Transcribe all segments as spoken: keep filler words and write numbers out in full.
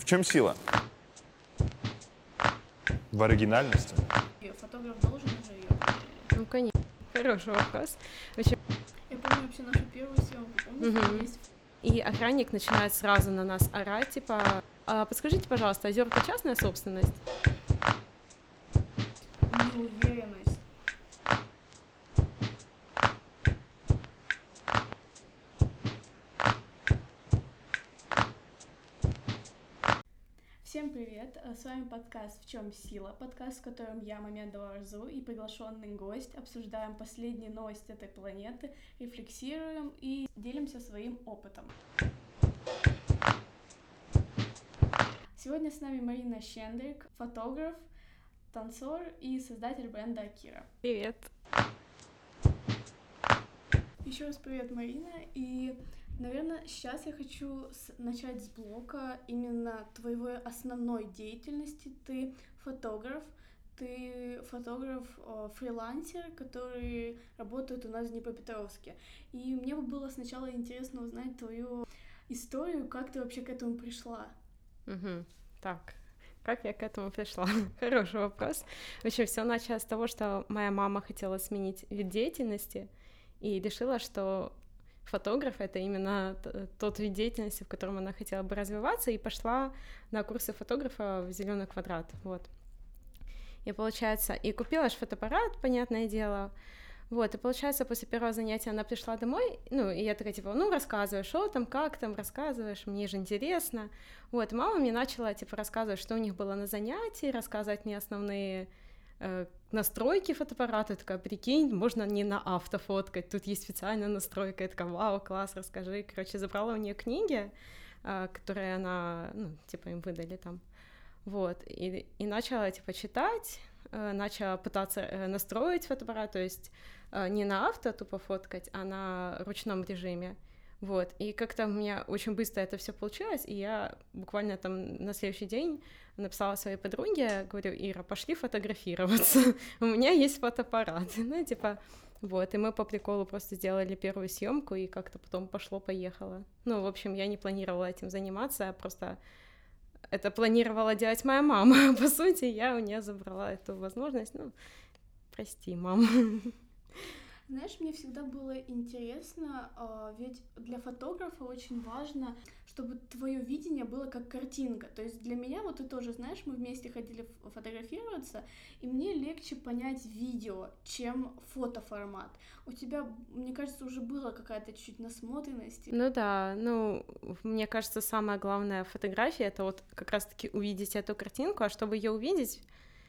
чем сила? В оригинальности? Фотограф должен уже ее. Ну, конечно. Хороший вопрос. Очень... Я помню вообще нашу первую съемку. Помнишь, угу. есть... И охранник начинает сразу на нас орать, типа, а, подскажите, пожалуйста, озерка частная собственность? Неуверенность. Всем привет! С вами подкаст «В чем сила?», подкаст, в котором я, Мамедова Арзу, и приглашенный гость обсуждаем последние новости этой планеты, рефлексируем и делимся своим опытом. Сегодня с нами Марина Щендрик, фотограф, танцор и создатель бренда Акира. Привет! Еще раз привет, Марина, и... Наверное, сейчас я хочу с- начать с блока именно твоего основной деятельности. Ты фотограф, ты фотограф-фрилансер, который работает у нас в Днепропетровске. И мне бы было сначала интересно узнать твою историю, как ты вообще к этому пришла. Угу. Так, как я к этому пришла? Хороший вопрос. В общем, все началось с того, что моя мама хотела сменить вид деятельности и решила, что фотограф — это именно тот вид деятельности, в котором она хотела бы развиваться, и пошла на курсы фотографа в Зеленый квадрат, вот. И получается, и купила ж фотоаппарат, понятное дело, вот, и получается, после первого занятия она пришла домой, ну, и я такая, типа, ну, рассказывай, что там, как там, рассказываешь, мне же интересно, вот, и мама мне начала, типа, рассказывать, что у них было на занятии, рассказывать мне основные настройки фотоаппарата. Я такая, прикинь, можно не на авто фоткать, тут есть специальная настройка. Я такая, вау, класс, расскажи. Короче, забрала у нее книги, которые она, ну, типа, им выдали там, вот, и, и начала, типа, читать, начала пытаться настроить фотоаппарат, то есть не на авто тупо фоткать, а на ручном режиме. Вот, и как-то у меня очень быстро это все получилось, и я буквально там на следующий день написала своей подруге, говорю, Ира, пошли фотографироваться, у меня есть фотоаппарат, ну, типа, вот, и мы по приколу просто сделали первую съемку, и как-то потом пошло-поехало. Ну, в общем, я не планировала этим заниматься, просто это планировала делать моя мама, по сути, я у нее забрала эту возможность, ну, прости, мама. Знаешь, мне всегда было интересно, ведь для фотографа очень важно, чтобы твое видение было как картинка. То есть для меня, вот ты тоже знаешь, мы вместе ходили фотографироваться, и мне легче понять видео, чем фотоформат. У тебя, мне кажется, уже была какая-то чуть насмотренность. Ну да, ну, мне кажется, самое главное в фотографии — это вот как раз-таки увидеть эту картинку, а чтобы ее увидеть,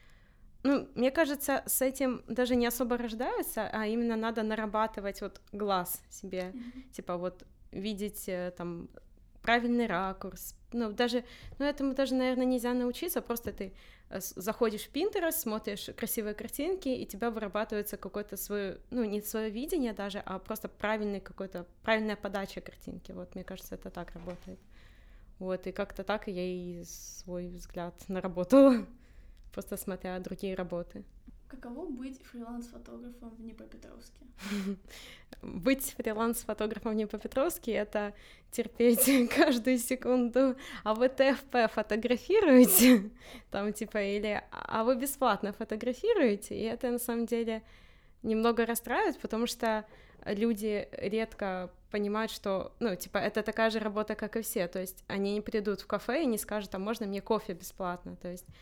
ну, мне кажется, с этим даже не особо рождаются, а именно надо нарабатывать вот глаз себе, mm-hmm. типа вот видеть там правильный ракурс, ну, даже, ну, этому даже, наверное, нельзя научиться, просто ты заходишь в Pinterest, смотришь красивые картинки, и у тебя вырабатывается какое-то свое, ну, не свое видение даже, а просто правильный какой-то, правильная подача картинки, вот, мне кажется, это так работает, вот, и как-то так я и свой взгляд наработала. Просто смотря другие работы. Каково быть фриланс-фотографом в Днепропетровске? Быть фриланс-фотографом в Днепропетровске — это терпеть каждую секунду. А вы ТФП фотографируете? Там типа, или а вы бесплатно фотографируете? И это на самом деле немного расстраивает, потому что люди редко понимают, что, ну, типа, это такая же работа, как и все. То есть они не придут в кафе и не скажут, а можно мне кофе бесплатно? То есть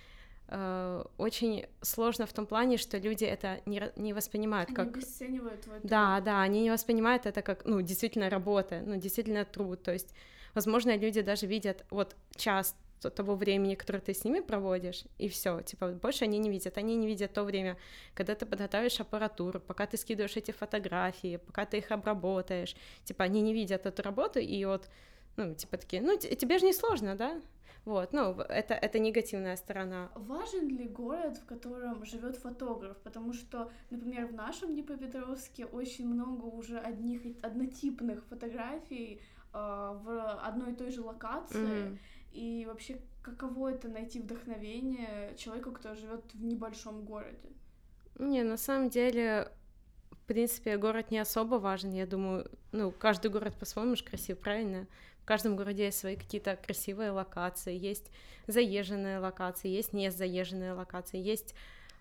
очень сложно в том плане, что люди это не, не воспринимают они как... Они обесценивают твой труд. Да, да, они не воспринимают это как, ну, действительно работа, ну, действительно труд, то есть, возможно, люди даже видят вот час того времени, которое ты с ними проводишь, и все, типа, больше они не видят, они не видят то время, когда ты подготовишь аппаратуру, пока ты скидываешь эти фотографии, пока ты их обработаешь, типа, они не видят эту работу, и вот, ну, типа, такие, ну, тебе же не сложно, да? Вот, ну, это, это негативная сторона. Важен ли город, в котором живет фотограф? Потому что, например, в нашем Днепропетровске очень много уже одних однотипных фотографий э, в одной и той же локации. Mm. И вообще, каково это найти вдохновение человеку, который живет в небольшом городе? Не, на самом деле, в принципе, город не особо важен. Я думаю, ну, каждый город по-своему же красив, правильно? В каждом городе есть свои какие-то красивые локации, есть заезженные локации, есть не заезженные локации, есть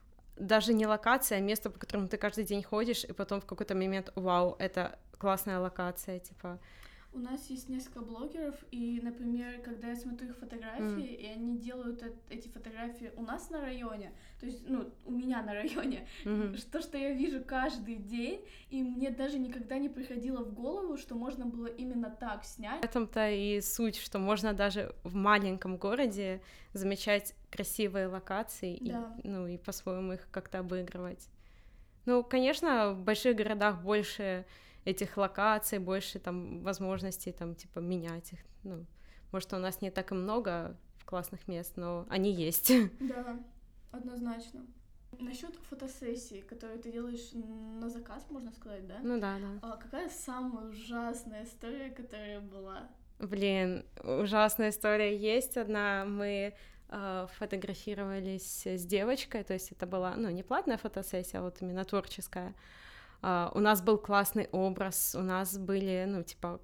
даже не локация, а место, по которому ты каждый день ходишь, и потом в какой-то момент, вау, это классная локация, типа... У нас есть несколько блогеров, и, например, когда я смотрю их фотографии, mm. и они делают э- эти фотографии у нас на районе, то есть, ну, у меня на районе, mm-hmm. то, что я вижу каждый день, и мне даже никогда не приходило в голову, что можно было именно так снять. В этом-то и суть, что можно даже в маленьком городе замечать красивые локации, да. и, ну, и по-своему их как-то обыгрывать. Ну, конечно, в больших городах больше... этих локаций, больше там возможностей там типа менять их. Ну, может, у нас не так и много классных мест, но они есть. Да, однозначно. Насчет фотосессии, которую ты делаешь на заказ, можно сказать, да? Ну да, да. А какая самая ужасная история, которая была? Блин, ужасная история есть одна. Мы э, фотографировались с девочкой, то есть это была, ну, не платная фотосессия, а вот именно творческая. Uh, у нас был классный образ, у нас были, ну, типа,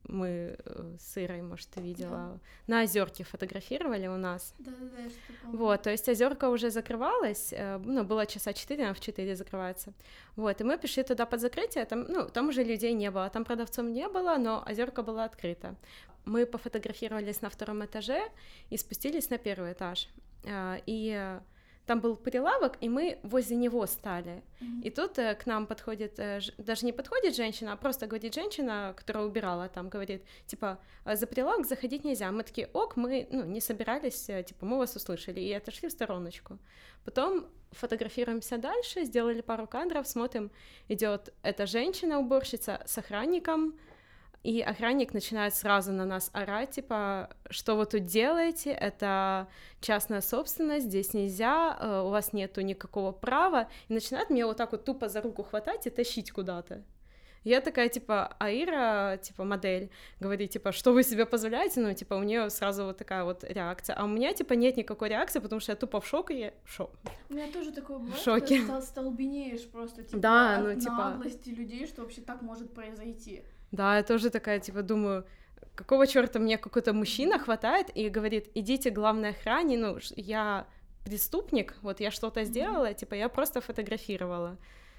мы с Ирой, может, ты видела, да. на Озерке фотографировали у нас. Да-да-да, я что-то помню. Вот, то есть Озерка уже закрывалась, ну, было часа четыре, она в четыре закрывается. Вот, и мы пришли туда под закрытие, там, ну, там уже людей не было, там продавцов не было, но Озерка была открыта. Мы пофотографировались на втором этаже и спустились на первый этаж. Uh, и там был прилавок, и мы возле него стали. Mm-hmm. И тут э, к нам подходит, э, ж, даже не подходит женщина, а просто говорит женщина, которая убирала там, говорит, типа, за прилавок заходить нельзя. Мы такие, ок, мы, ну, не собирались, э, типа, мы вас услышали, и отошли в стороночку. Потом фотографируемся дальше, сделали пару кадров, смотрим, идет эта женщина-уборщица с охранником, и охранник начинает сразу на нас орать, типа, что вы тут делаете, это частная собственность, здесь нельзя, у вас нету никакого права, и начинает меня вот так вот тупо за руку хватать и тащить куда-то. Я такая, типа, а Ира, типа, модель, говорит, типа, что вы себе позволяете, ну, типа, у нее сразу вот такая вот реакция, а у меня, типа, нет никакой реакции, потому что я тупо в шоке, я... Шо... У меня тоже такое бывает, в шоке. Ты столбенеешь просто, типа, да, от ну, типа... наглости людей, что вообще так может произойти. Да, я тоже такая, типа, думаю, какого черта мне какой-то мужчина хватает и говорит, идите к главной охране, ну, я преступник, вот я что-то сделала, mm-hmm. типа, я просто фотографировала.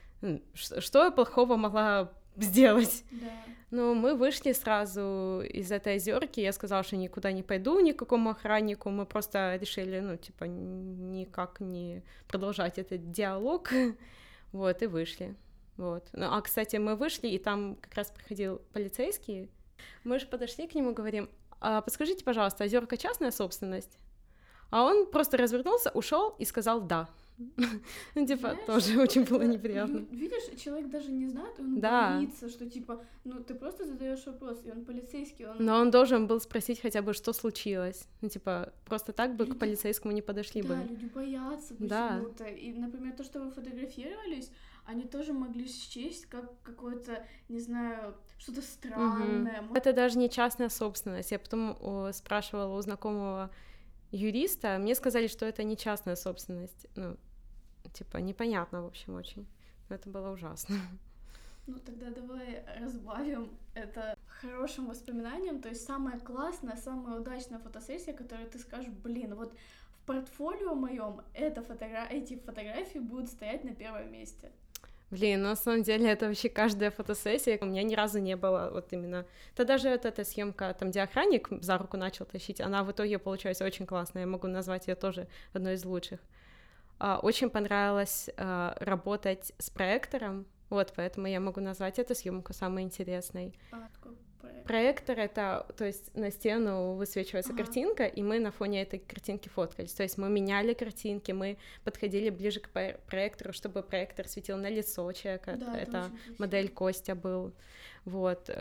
Что я плохого могла сделать? Да. Ну, мы вышли сразу из этой Озерки, я сказала, что никуда не пойду, никакому охраннику, мы просто решили, ну, типа, никак не продолжать этот диалог, вот, и вышли. Вот. Ну, а, кстати, мы вышли, и там как раз приходил полицейский. Мы же подошли к нему, говорим, а, подскажите, пожалуйста, Озерка частная собственность? А он просто развернулся, ушел и сказал «да». Ну, типа, тоже очень было неприятно. Видишь, человек даже не знает, он боится, что, типа, ну, ты просто задаешь вопрос, и он полицейский, он... Но он должен был спросить хотя бы, что случилось. Ну, типа, просто так бы к полицейскому не подошли бы. Да, люди боятся почему-то. И, например, то, что вы фотографировались, они тоже могли счесть как какое-то, не знаю, что-то странное. Угу. Это даже не частная собственность. Я потом о, спрашивала у знакомого юриста, мне сказали, что это не частная собственность. Ну, типа, непонятно, в общем, очень. Но это было ужасно. Ну, тогда давай разбавим это хорошим воспоминанием. То есть самая классная, самая удачная фотосессия, которую ты скажешь, блин, вот в портфолио моем эта фотогра... эти фотографии будут стоять на первом месте. Блин, ну, на самом деле это вообще каждая фотосессия, у меня ни разу не было вот именно... Это даже вот эта съемка, там, где охранник за руку начал тащить, она в итоге получилась очень классная, я могу назвать ее тоже одной из лучших. Очень понравилось работать с проектором, вот, поэтому я могу назвать эту съемку самой интересной. А, какой проектор? Проектор — это, то есть на стену высвечивается ага. картинка, и мы на фоне этой картинки фоткались, то есть мы меняли картинки, мы подходили ближе к проектору, чтобы проектор светил на лицо человека, да, это, это модель Костя был, вот,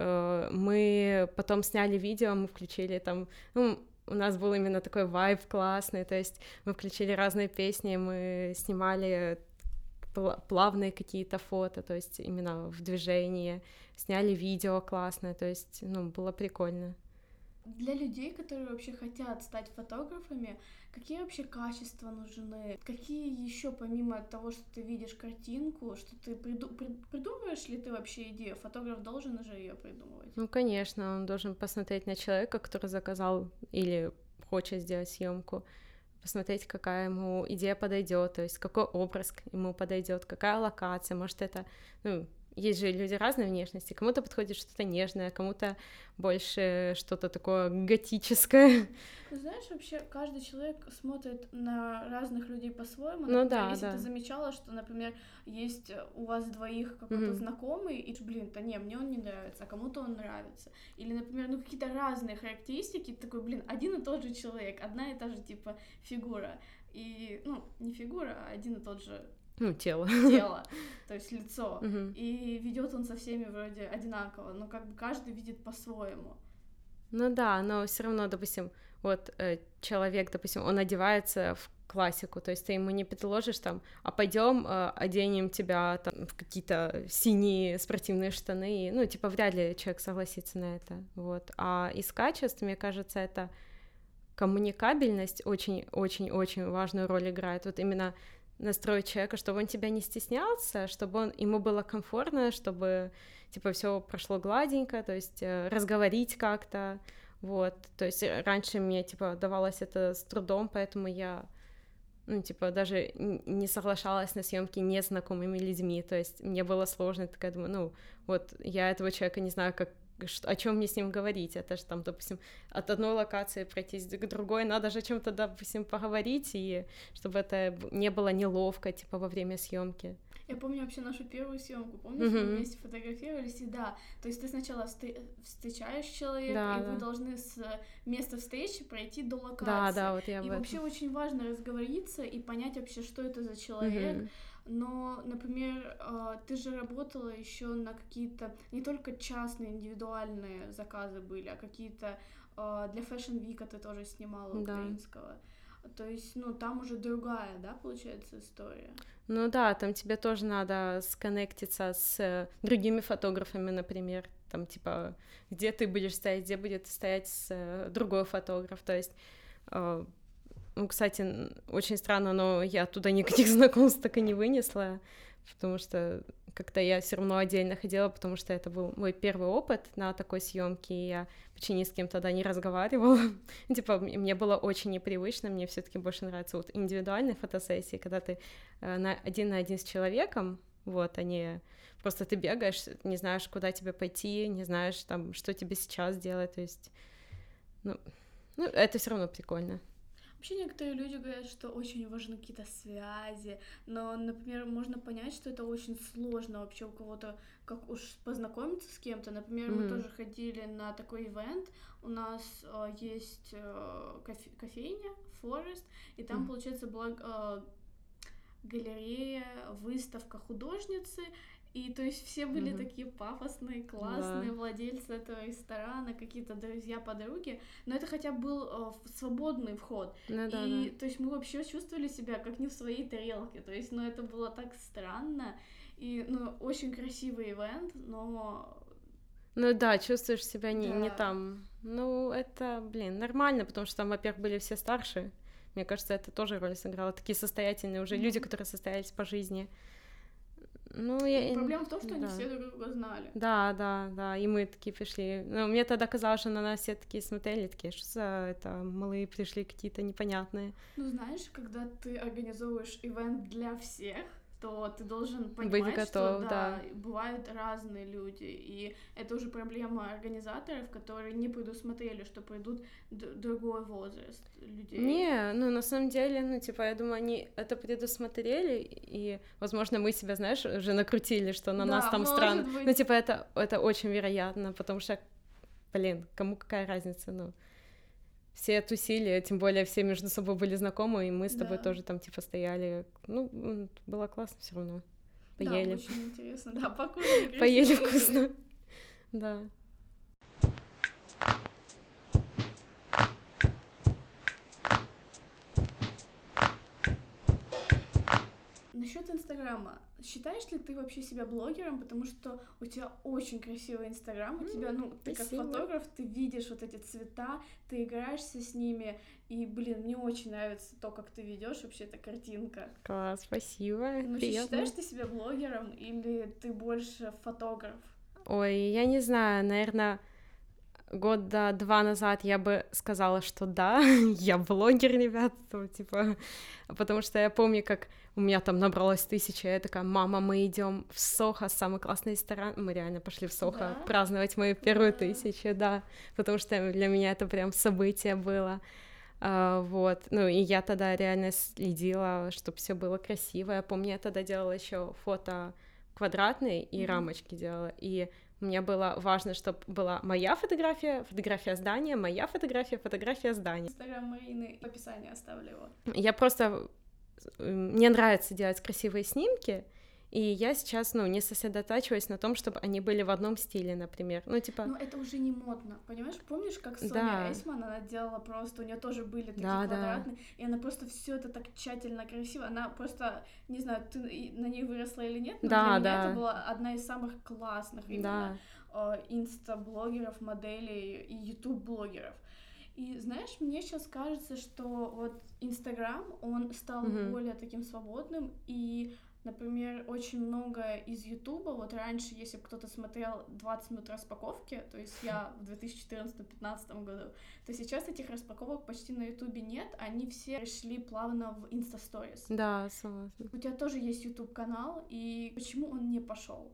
мы потом сняли видео, мы включили там, ну, у нас был именно такой вайб классный, то есть мы включили разные песни, мы снимали плавные какие-то фото, то есть именно в движении, сняли видео классное, то есть, ну, было прикольно. для людей, которые вообще хотят стать фотографами, какие вообще качества нужны? Какие еще, помимо того, что ты видишь картинку, что ты приду... придумываешь ли ты вообще идею? Фотограф должен же ее придумывать. Ну, конечно, он должен посмотреть на человека, который заказал или хочет сделать съемку, посмотреть, какая ему идея подойдет, то есть какой образ ему подойдет, какая локация, может это, ну, есть же люди разной внешности, кому-то подходит что-то нежное, кому-то больше что-то такое готическое. Ну, знаешь, вообще каждый человек смотрит на разных людей по-своему. Ну например, да, если да. ты замечала, что, например, есть у вас двоих какой-то mm-hmm. знакомый, и, блин, да не, мне он не нравится, а кому-то он нравится. Или, например, ну какие-то разные характеристики, ты такой, блин, один и тот же человек, одна и та же, типа, фигура. И, ну, не фигура, а один и тот же Ну, тело. тело, то есть лицо. Uh-huh. И ведет он со всеми вроде одинаково, но как бы каждый видит по-своему. Ну да, но все равно, допустим, вот э, человек, допустим, он одевается в классику, то есть ты ему не предложишь там, а пойдем э, оденем тебя там в какие-то синие спортивные штаны, ну, типа, вряд ли человек согласится на это, вот. А из качеств, мне кажется, это коммуникабельность очень-очень-очень важную роль играет, вот именно настроить человека, чтобы он тебя не стеснялся, чтобы он, ему было комфортно, чтобы, типа, все прошло гладенько, то есть э, разговорить как-то, вот, то есть раньше мне, типа, давалось это с трудом, поэтому я, ну, типа, даже не соглашалась на съемки незнакомыми людьми, то есть мне было сложно, я такая думаю, ну, вот, я этого человека не знаю, как о чем мне с ним говорить, это же там, допустим, от одной локации пройтись к другой, надо же о чем-то, допустим, поговорить, и чтобы это не было неловко, типа, во время съемки. Я помню вообще нашу первую съемку, помнишь, mm-hmm. мы вместе фотографировались, и да, то есть ты сначала встр- встречаешь человека, да, и да. вы должны с места встречи пройти до локации. Да, да, вот я и об этом. Вообще очень важно разговориться и понять вообще, что это за человек. Mm-hmm. Но, например, ты же работала еще на какие-то не только частные индивидуальные заказы были, а какие-то для Fashion Week ты тоже снимала да. украинского. То есть, ну, там уже другая, да, получается, история. Ну да, там тебе тоже надо сконнектиться с другими фотографами, например, там, типа, где ты будешь стоять, где будет стоять с другой фотограф, то есть... Ну, кстати, очень странно, но я оттуда никаких знакомств так и не вынесла, потому что как-то я все равно отдельно ходила, потому что это был мой первый опыт на такой съемке, и я почти ни с кем тогда не разговаривала. Типа, мне было очень непривычно, мне все-таки больше нравятся вот индивидуальные фотосессии, когда ты на один на один с человеком, вот, а не просто ты бегаешь, не знаешь, куда тебе пойти, не знаешь, там, что тебе сейчас делать, то есть, ну, ну это все равно прикольно. Вообще некоторые люди говорят, что очень важны какие-то связи, но, например, можно понять, что это очень сложно вообще у кого-то, как уж познакомиться с кем-то. Например, mm-hmm. мы тоже ходили на такой ивент, у нас э, есть э, кофе- кофейня Forest, и там, mm-hmm. получается, была э, галерея, выставка художницы, и то есть все были mm-hmm. такие пафосные, классные, yeah. владельцы этого ресторана, какие-то друзья, подруги, но это хотя бы был э, свободный вход. No, да, и да. то есть мы вообще чувствовали себя как не в своей тарелке, то есть, ну, это было так странно, и, ну, очень красивый ивент, но... Ну да, чувствуешь себя не, да. не там. Ну, это, блин, нормально, потому что там, во-первых, были все старше. Мне кажется, это тоже роль сыграло. Такие состоятельные уже mm-hmm. люди, которые состоялись по жизни. Ну, я... Проблема в том, что да. они все друг друга знали. Да, да, да, и мы такие пришли. Ну, мне тогда казалось, что на нас все такие смотрели, такие, что за это, малые пришли какие-то непонятные. Ну, знаешь, когда ты организовываешь ивент для всех, то ты должен понимать, быть готов, что да, да, бывают разные люди, и это уже проблема организаторов, которые не предусмотрели, что придут д- другой возраст людей. Не, ну на самом деле, ну типа, я думаю, они это предусмотрели, и, возможно, мы себя, знаешь, уже накрутили, что на да, нас там может странно. быть. Ну типа, это, это очень вероятно, потому что, блин, кому какая разница, ну... Все тусили, тем более все между собой были знакомы, и мы с тобой да. тоже там типа стояли. Ну, было классно все равно. Поели. Да, очень интересно. Да, покушали. Поели вкусно. Да. насчет Инстаграма, считаешь ли ты вообще себя блогером, потому что у тебя очень красивый Инстаграм, у тебя, ну, ты как Спасибо. фотограф, ты видишь вот эти цвета, ты играешься с ними, и, блин, мне очень нравится то, как ты ведешь вообще эта картинка. Класс, спасибо, Ну, приятно. считаешь ты себя блогером или ты больше фотограф? Ой, я не знаю, наверное, года два назад я бы сказала, что да, я блогер, ребят, то, типа, потому что я помню, как у меня там набралось тысяча, я такая: мама, мы идем в Сохо, самый классный ресторан, мы реально пошли в Сохо Да? праздновать мою первую Да. тысячу, да, потому что для меня это прям событие было. Uh, вот, ну и я тогда реально следила, чтобы все было красиво. Я помню, я тогда делала еще фото квадратные и mm-hmm. рамочки делала, и мне было важно, чтобы была моя фотография, фотография здания, моя фотография, фотография здания. Инстаграм Марины, в описании оставлю его. Я просто... Мне нравится делать красивые снимки, и я сейчас, ну, не сосредотачиваюсь на том, чтобы они были в одном стиле, например. Ну, типа... Но это уже не модно, понимаешь? Помнишь, как Соня да. Эйсман, она делала просто... У нее тоже были такие да, квадратные, да. и она просто все это так тщательно, красиво. Она просто... Не знаю, ты на ней выросла или нет, но да, для меня да. это была одна из самых классных именно да. э, инста-блогеров, моделей и ютуб-блогеров. И знаешь, мне сейчас кажется, что вот Инстаграм, он стал mm-hmm. более таким свободным, и... Например, очень много из Ютуба, вот раньше, если бы кто-то смотрел двадцать минут распаковки, то есть я в две тысячи четырнадцатом-пятнадцатом году, то сейчас этих распаковок почти на Ютубе нет, они все пришли плавно в Инста-сторис. Да, согласна. У тебя тоже есть Ютуб-канал, и почему он не пошел?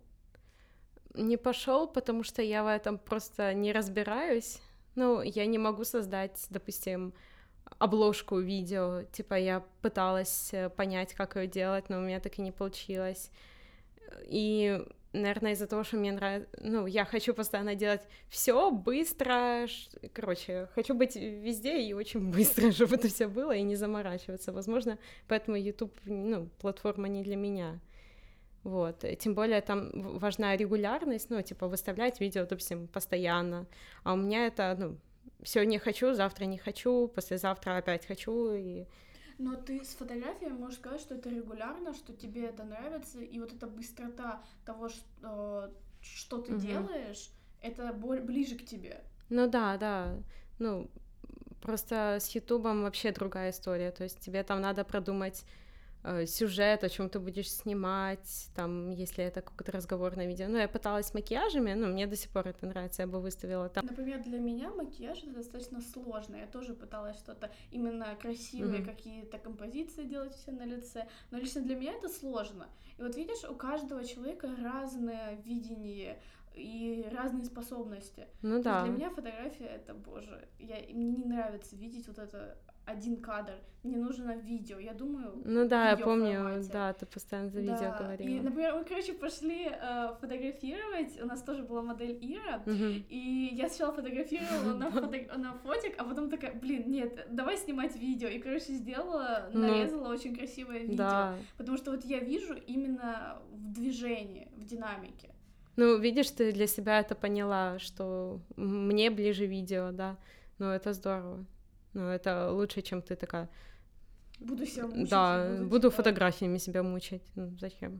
Не пошел, потому что я в этом просто не разбираюсь. Ну, я не могу создать, допустим, обложку видео, типа я пыталась понять, как ее делать, но у меня так и не получилось. И, наверное, из-за того, что мне нравится, ну, я хочу постоянно делать все быстро, короче, хочу быть везде и очень быстро, чтобы это все было и не заморачиваться. Возможно, поэтому YouTube, ну, платформа не для меня. Вот, тем более там важна регулярность, ну, типа выставлять видео, допустим, постоянно, а у меня это, ну, сегодня хочу, завтра не хочу, послезавтра опять хочу, и... Но ты с фотографией можешь сказать, что это регулярно, что тебе это нравится, и вот эта быстрота того, что, что ты угу. делаешь, это ближе к тебе. Ну да, да, ну, просто с Ютубом вообще другая история, то есть тебе там надо продумать сюжет, о чем ты будешь снимать, там, если это какое-то разговорное видео. Ну, я пыталась с макияжами, ну, мне до сих пор это нравится, я бы выставила там. Например, для меня макияж это достаточно сложно. Я тоже пыталась что-то именно красивые mm-hmm. какие-то композиции делать у себя на лице, но лично для меня это сложно. И вот видишь, у каждого человека разное видение и разные способности. Ну То да. Для меня фотография это, боже, я, мне не нравится видеть вот это один кадр, мне нужно видео, я думаю. Ну да, я помню, да, ты постоянно за видео да. говорила. И, например, мы, короче, пошли э, фотографировать, у нас тоже была модель Ира, uh-huh. и я сначала фотографировала на, фото... на фотик, а потом такая, блин, нет, давай снимать видео, и, короче, сделала, нарезала ну, очень красивое видео, да. потому что вот я вижу именно в движении, в динамике. Ну, видишь, ты для себя это поняла, что мне ближе видео, да, ну, это здорово. Ну, это лучше, чем ты такая... Буду себя мучить. Да, буду, буду типа... фотографиями себя мучить. Ну, зачем?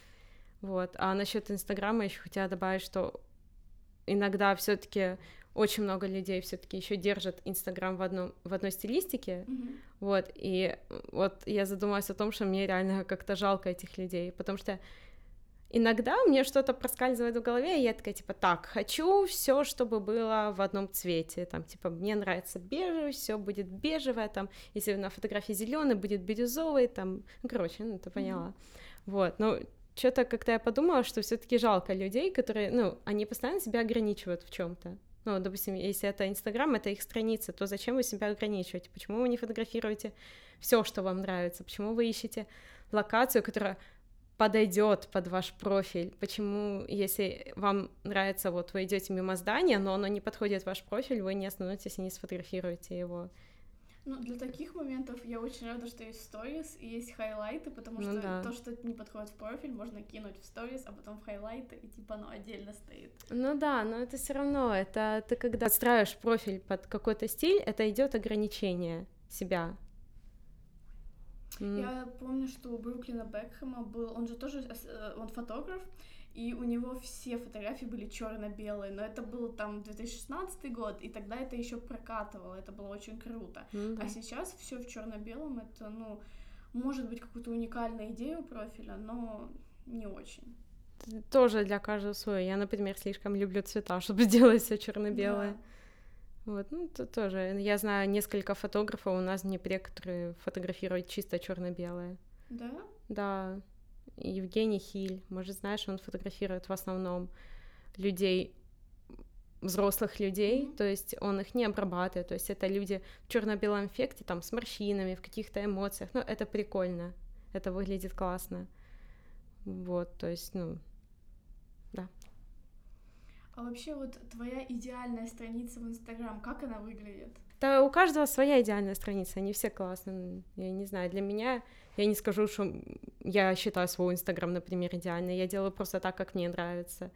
Вот. А насчет Инстаграма еще хотела добавить, что иногда все-таки очень много людей все-таки еще держат Инстаграм в, одном, в одной стилистике. Mm-hmm. Вот. И вот я задумалась о том, что мне реально как-то жалко этих людей, потому что иногда мне что-то проскальзывает в голове, и я такая, типа, так, хочу все, чтобы было в одном цвете, там, типа, мне нравится бежевый, все будет бежевое, там, если на фотографии зеленый, будет бирюзовый, там, ну, короче, ну, ты поняла, mm-hmm. вот, ну, что-то как-то я подумала, что все-таки жалко людей, которые, ну, они постоянно себя ограничивают в чем-то. Ну, допустим, если это Инстаграм, это их страница, то зачем вы себя ограничиваете? Почему вы не фотографируете все, что вам нравится? Почему вы ищете локацию, которая подойдет под ваш профиль? Почему, если вам нравится, вот вы идете мимо здания, но оно не подходит ваш профиль, вы не остановитесь и не сфотографируете его? Ну, для таких моментов я очень рада, что есть сторис и есть хайлайты, потому ну, что да. то, что не подходит в профиль, можно кинуть в сторис, а потом в хайлайты, и типа оно отдельно стоит. Ну да, но это все равно, это ты когда подстраиваешь профиль под какой-то стиль, это идет ограничение себя. Mm. Я помню, что у Бруклина Бекхэма был, он же тоже, он фотограф, и у него все фотографии были черно-белые, но это был там две тысячи шестнадцатый год, и тогда это еще прокатывало, это было очень круто. Mm, да. А сейчас все в черно-белом, это, ну, может быть, какую-то уникальную идею профиля, но не очень. Тоже для каждого свое. Я, например, слишком люблю цвета, чтобы сделать все черно-белое. Да. Вот, ну, это тоже. Я знаю несколько фотографов у нас в Днепре, которые фотографируют чисто черно-белое. Да? Да. Евгений Хиль, может, знаешь, он фотографирует в основном людей, взрослых людей, mm-hmm. то есть он их не обрабатывает, то есть это люди в черно-белом эффекте, там, с морщинами, в каких-то эмоциях, ну, это прикольно, это выглядит классно, вот, то есть, ну, да. А вообще вот твоя идеальная страница в Инстаграм, как она выглядит? Да, у каждого своя идеальная страница, они все классные, я не знаю, для меня, я не скажу, что я считаю свой Инстаграм, например, идеальный, я делаю просто так, как мне нравится,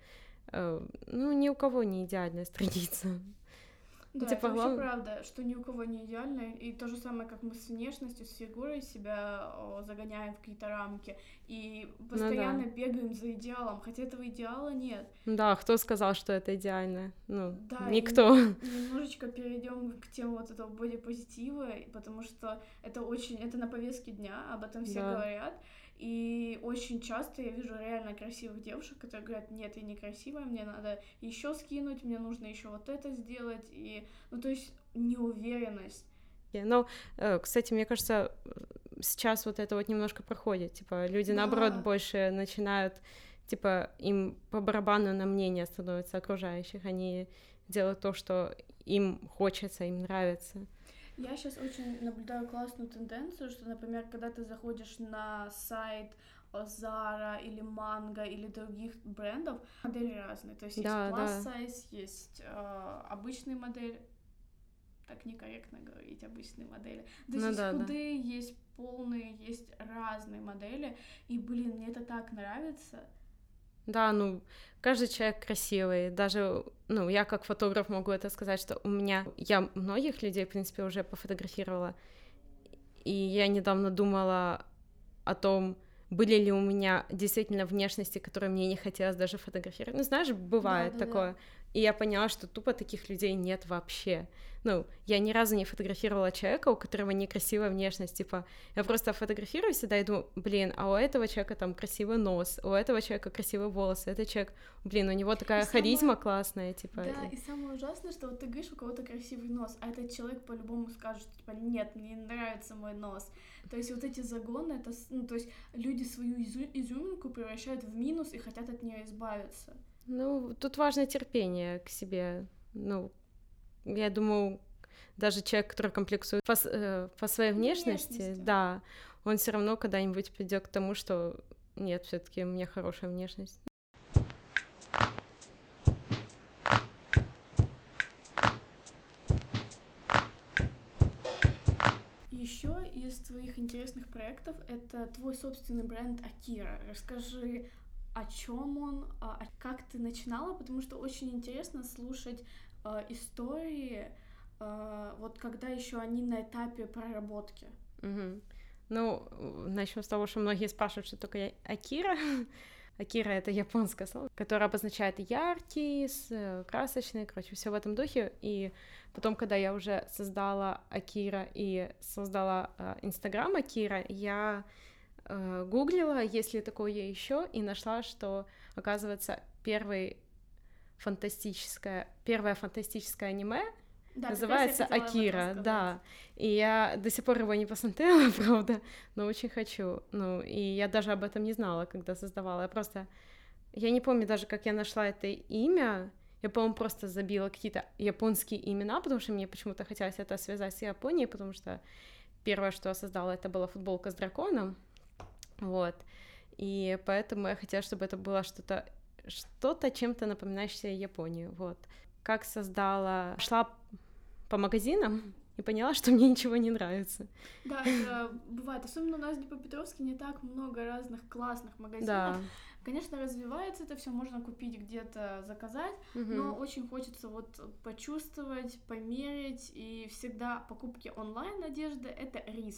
ну, ни у кого не идеальная страница. Да, типа, это вообще глав... правда, что ни у кого не идеально, и то же самое, как мы с внешностью, с фигурой себя о, загоняем в какие-то рамки, и постоянно ну, да. бегаем за идеалом, хотя этого идеала нет. Да, кто сказал, что это идеально? Ну, да, никто. Немножечко перейдем к теме вот этого бодипозитива, потому что это очень, это на повестке дня, об этом все да. говорят. И очень часто я вижу реально красивых девушек, которые говорят: нет, я некрасивая, мне надо еще скинуть, мне нужно еще вот это сделать. И, ну, то есть неуверенность. Ну, кстати, мне кажется, сейчас вот это вот немножко проходит. Типа, люди, да. наоборот, больше начинают, типа, им по барабану на мнение становятся окружающих. Они делают то, что им хочется, им нравится. Я сейчас очень наблюдаю классную тенденцию, что, например, когда ты заходишь на сайт Zara или Mango или других брендов, модели разные. То есть да, есть plus да. size, есть э, обычные модели. Так некорректно говорить, обычные модели. То есть ну, есть да, худые, да. есть полные, есть разные модели. И, блин, мне это так нравится. Да, ну, каждый человек красивый, даже, ну, я как фотограф могу это сказать, что у меня, я многих людей, в принципе, уже пофотографировала, и я недавно думала о том, были ли у меня действительно внешности, которые мне не хотелось даже фотографировать. Ну, знаешь, бывает да, да, такое. Да. И я поняла, что тупо таких людей нет вообще. Ну, я ни разу не фотографировала человека, у которого некрасивая внешность. Типа, я просто фотографирую всегда и думаю: блин, а у этого человека там красивый нос, у этого человека красивые волосы, этот человек, блин, у него такая и харизма самое... классная, типа. Да, и самое ужасное, что вот ты говоришь, у кого-то красивый нос, а этот человек по-любому скажет, типа: нет, мне не нравится мой нос. То есть вот эти загоны, это, ну, то есть люди свою изю- изюминку превращают в минус и хотят от нее избавиться. Ну, тут важно терпение к себе. Ну, я думаю, даже человек, который комплексует по, э, по своей внешности, внешности, да, он все равно когда-нибудь придет к тому, что нет, все-таки у меня хорошая внешность. Еще из твоих интересных проектов это твой собственный бренд Акира. Расскажи, о чем он, а, как ты начинала, потому что очень интересно слушать а, истории, а, вот когда еще они на этапе проработки. Угу. Ну, начнем с того, что многие спрашивают, что такое Акира. Акира — это японское слово, которое обозначает яркий, красочный, короче, все в этом духе. И потом, когда я уже создала Акира и создала Инстаграм Акира, я э, гуглила, есть ли такое еще, и нашла, что, оказывается, первый фантастическое, первое фантастическое аниме да, называется Акира, да. И я до сих пор его не посмотрела, правда, но очень хочу. Ну, и я даже об этом не знала, когда создавала. Я просто... Я не помню даже, как я нашла это имя. Я, по-моему, просто забила какие-то японские имена, потому что мне почему-то хотелось это связать с Японией, потому что первое, что я создала, это была футболка с драконом. Вот. И поэтому я хотела, чтобы это было что-то, что-то чем-то напоминающее Японию. Вот. Как создала... Шла по магазинам и поняла, что мне ничего не нравится. Да, это бывает. Особенно у нас в Днепропетровске не так много разных классных магазинов. Да. Конечно, развивается это все, можно купить где-то, заказать, угу. но очень хочется вот почувствовать, померить, и всегда покупки онлайн одежды — это риск.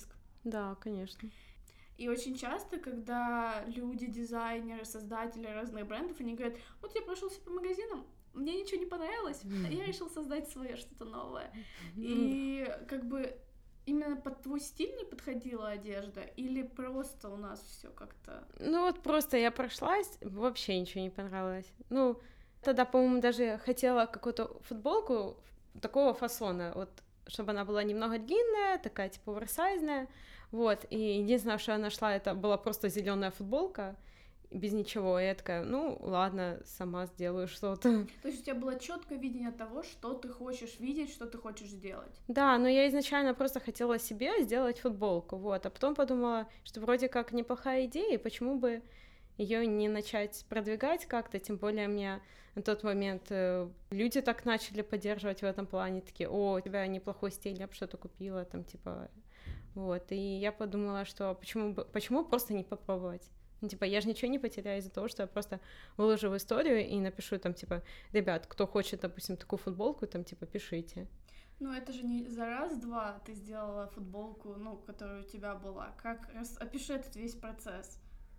Да, конечно. И очень часто, когда люди, дизайнеры, создатели разных брендов, они говорят, вот я прошелся по магазинам, мне ничего не понравилось, я решил создать свое что-то новое. И как бы именно под твой стиль не подходила одежда, или просто у нас все как-то... Ну вот просто я прошлась, вообще ничего не понравилось. Ну, тогда, по-моему, даже хотела какую-то футболку такого фасона, вот, чтобы она была немного длинная, такая, типа, оверсайзная, вот, и единственное, что я нашла, это была просто зеленая футболка, без ничего, и я такая, ну, ладно, сама сделаю что-то. То есть у тебя было четкое видение того, что ты хочешь видеть, что ты хочешь сделать? Да, но я изначально просто хотела себе сделать футболку, вот, а потом подумала, что вроде как неплохая идея, и почему бы ее не начать продвигать как-то, тем более мне на тот момент э, люди так начали поддерживать в этом плане, такие, о, у тебя неплохой стиль, я бы что-то купила, там, типа, вот, и я подумала, что почему бы, почему просто не попробовать? Ну, типа, я же ничего не потеряю из-за того, что я просто выложу в историю и напишу там, типа, ребят, кто хочет, допустим, такую футболку, там, типа, пишите. Ну, это же не за раз-два ты сделала футболку, ну, которая у тебя была. Как, раз... опиши этот весь процесс.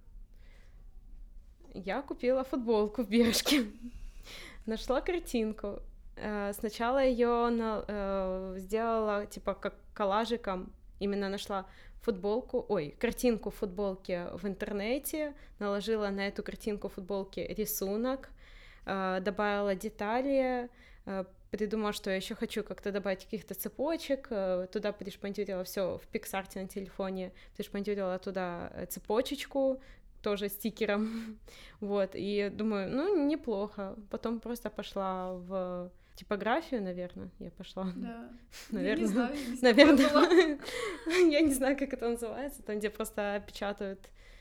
Я купила футболку в Бершке, нашла картинку. Сначала ее сделала, типа, как коллажиком, именно нашла футболку, ой, картинку футболки в интернете, наложила на эту картинку футболки рисунок, добавила детали, придумала, что я еще хочу как-то добавить каких-то цепочек, туда пришпандюрила все в Пиксарте на телефоне, пришпандюрила туда цепочечку, тоже стикером, вот, и думаю, ну, неплохо, потом просто пошла в типографию, наверное, я пошла. Да. Наверное. Я не знаю, наверное. Я не знаю, как это называется, там, где просто печатают.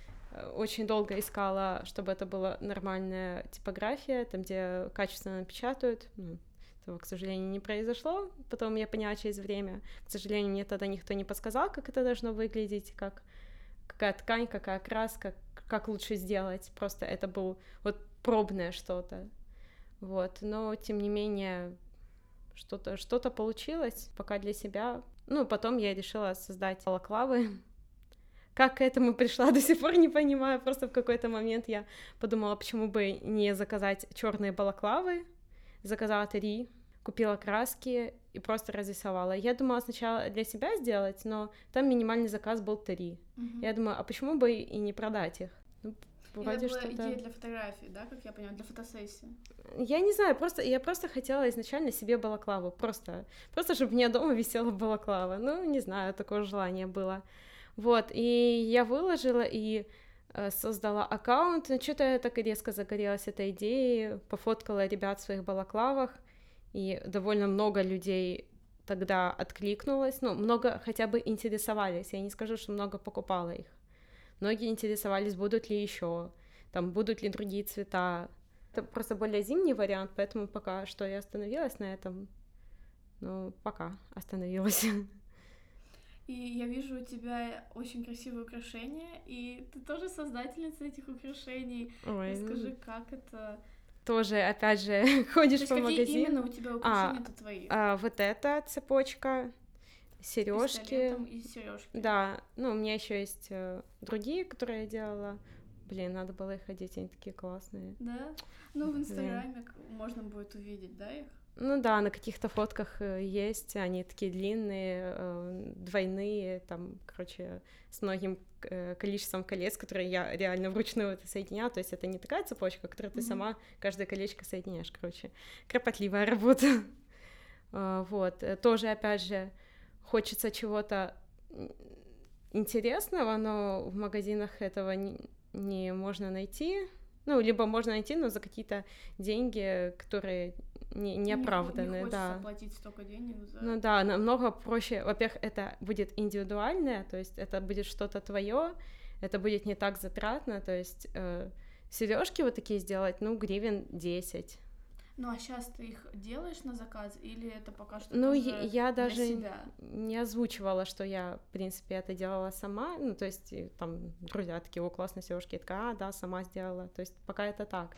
Очень долго искала, чтобы это была нормальная типография, там, где качественно печатают. Ну, этого, к сожалению, не произошло. Потом я поняла через время. К сожалению, мне тогда никто не подсказал, как это должно выглядеть, как какая ткань, какая краска, как лучше сделать. Просто это был вот пробное что-то. Вот, но, тем не менее, что-то, что-то получилось пока для себя. Ну, потом я решила создать балаклавы. Как к этому пришла, до сих пор не понимаю. Просто в какой-то момент я подумала, почему бы не заказать черные балаклавы. Заказала три, купила краски и просто разрисовала. Я думала сначала для себя сделать, но там минимальный заказ был три. Угу. Я думаю, а почему бы и не продать их? Вроде это была что-то... идея для фотографии, да, как я поняла, для фотосессии? Я не знаю, просто я просто хотела изначально себе балаклаву, просто, просто чтобы у меня дома висела балаклава, ну, не знаю, такое желание было, вот, и я выложила и э, создала аккаунт, но что-то я так резко загорелась этой идеей, пофоткала ребят в своих балаклавах, и довольно много людей тогда откликнулось, ну, много хотя бы интересовались, я не скажу, что много покупала их. Многие интересовались, будут ли еще, там, будут ли другие цвета. Это просто более зимний вариант, поэтому пока что я остановилась на этом. Ну, пока остановилась. И я вижу у тебя очень красивые украшения, и ты тоже создательница этих украшений. Ой. Расскажи, как это... Тоже, опять же, ходишь То есть по какие магазину. Именно у тебя украшения-то а, твои? А, вот эта цепочка. Сережки. И сережки. Да, ну, у меня еще есть э, другие, которые я делала. Блин, надо было их одеть, они такие классные. Да? Ну, в Инстаграме Блин. можно будет увидеть, да, их? Ну да, на каких-то фотках есть, они такие длинные, э, двойные, там, короче, с многим э, количеством колец, которые я реально вручную это соединяла, то есть это не такая цепочка, которую ты mm-hmm. сама каждое колечко соединяешь, короче, кропотливая работа. э, вот, тоже, опять же, хочется чего-то интересного, но в магазинах этого не, не можно найти. Ну, либо можно найти, но за какие-то деньги, которые не, не оправданы. Не, не да. платить столько денег за... Ну да, намного проще. Во-первых, это будет индивидуальное, то есть это будет что-то твое, это будет не так затратно, то есть э, сережки вот такие сделать, ну, гривен десять. Ну, а сейчас ты их делаешь на заказ, или это пока что ну, тоже я для даже себя? Не озвучивала, что я, в принципе, это делала сама, ну, то есть там друзья такие, о, классные сережки, я такая, а, да, сама сделала, то есть пока это так.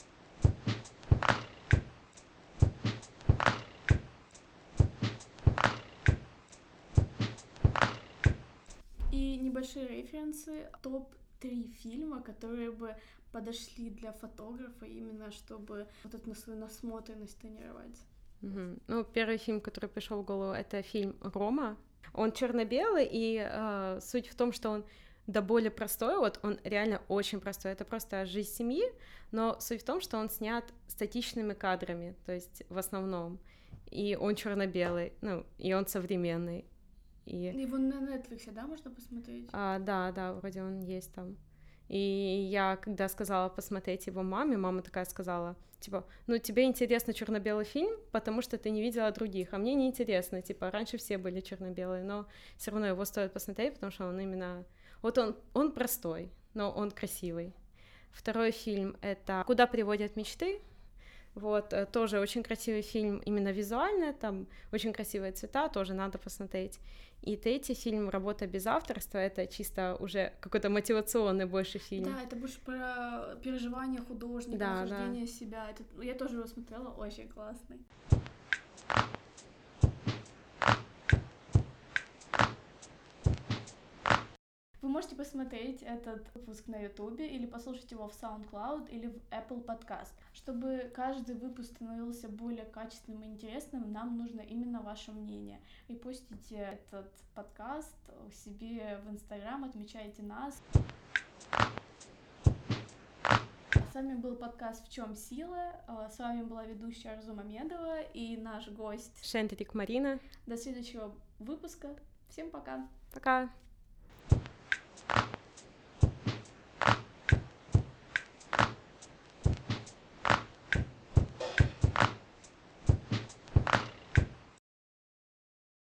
И небольшие референсы, топ три фильма, которые бы подошли для фотографа именно, чтобы вот эту свою насмотренность тренировать. Mm-hmm. Ну, первый фильм, который пришел в голову, это фильм «Рома». Он черно-белый, и э, суть в том, что он до боли простой, вот он реально очень простой, это просто жизнь семьи, но суть в том, что он снят статичными кадрами, то есть в основном, и он черно-белый, ну, и он современный. И... Его на Netflix, да, можно посмотреть? А, да, да, вроде он есть там. И я, когда сказала посмотреть его маме, мама такая сказала, типа, ну, тебе интересно черно-белый фильм, потому что ты не видела других, а мне не интересно, типа, раньше все были черно-белые, но все равно его стоит посмотреть, потому что он именно... Вот он, он простой, но он красивый. Второй фильм — это «Куда приводят мечты». Вот, тоже очень красивый фильм именно визуально, там очень красивые цвета, тоже надо посмотреть. И третий фильм «Работа без авторства» — это чисто уже какой-то мотивационный больше фильм. Да, это больше про переживания художника, да, нахождение да. себя. Это, я тоже его смотрела, очень классный. Вы можете посмотреть этот выпуск на YouTube или послушать его в SoundCloud или в Apple Podcast. Чтобы каждый выпуск становился более качественным и интересным, нам нужно именно ваше мнение. Репостите этот подкаст у себе в Instagram, отмечайте нас. С вами был подкаст «В чем сила?». С вами была ведущая Арзу Мамедова и наш гость Шендрик Марина. До следующего выпуска. Всем пока. Пока.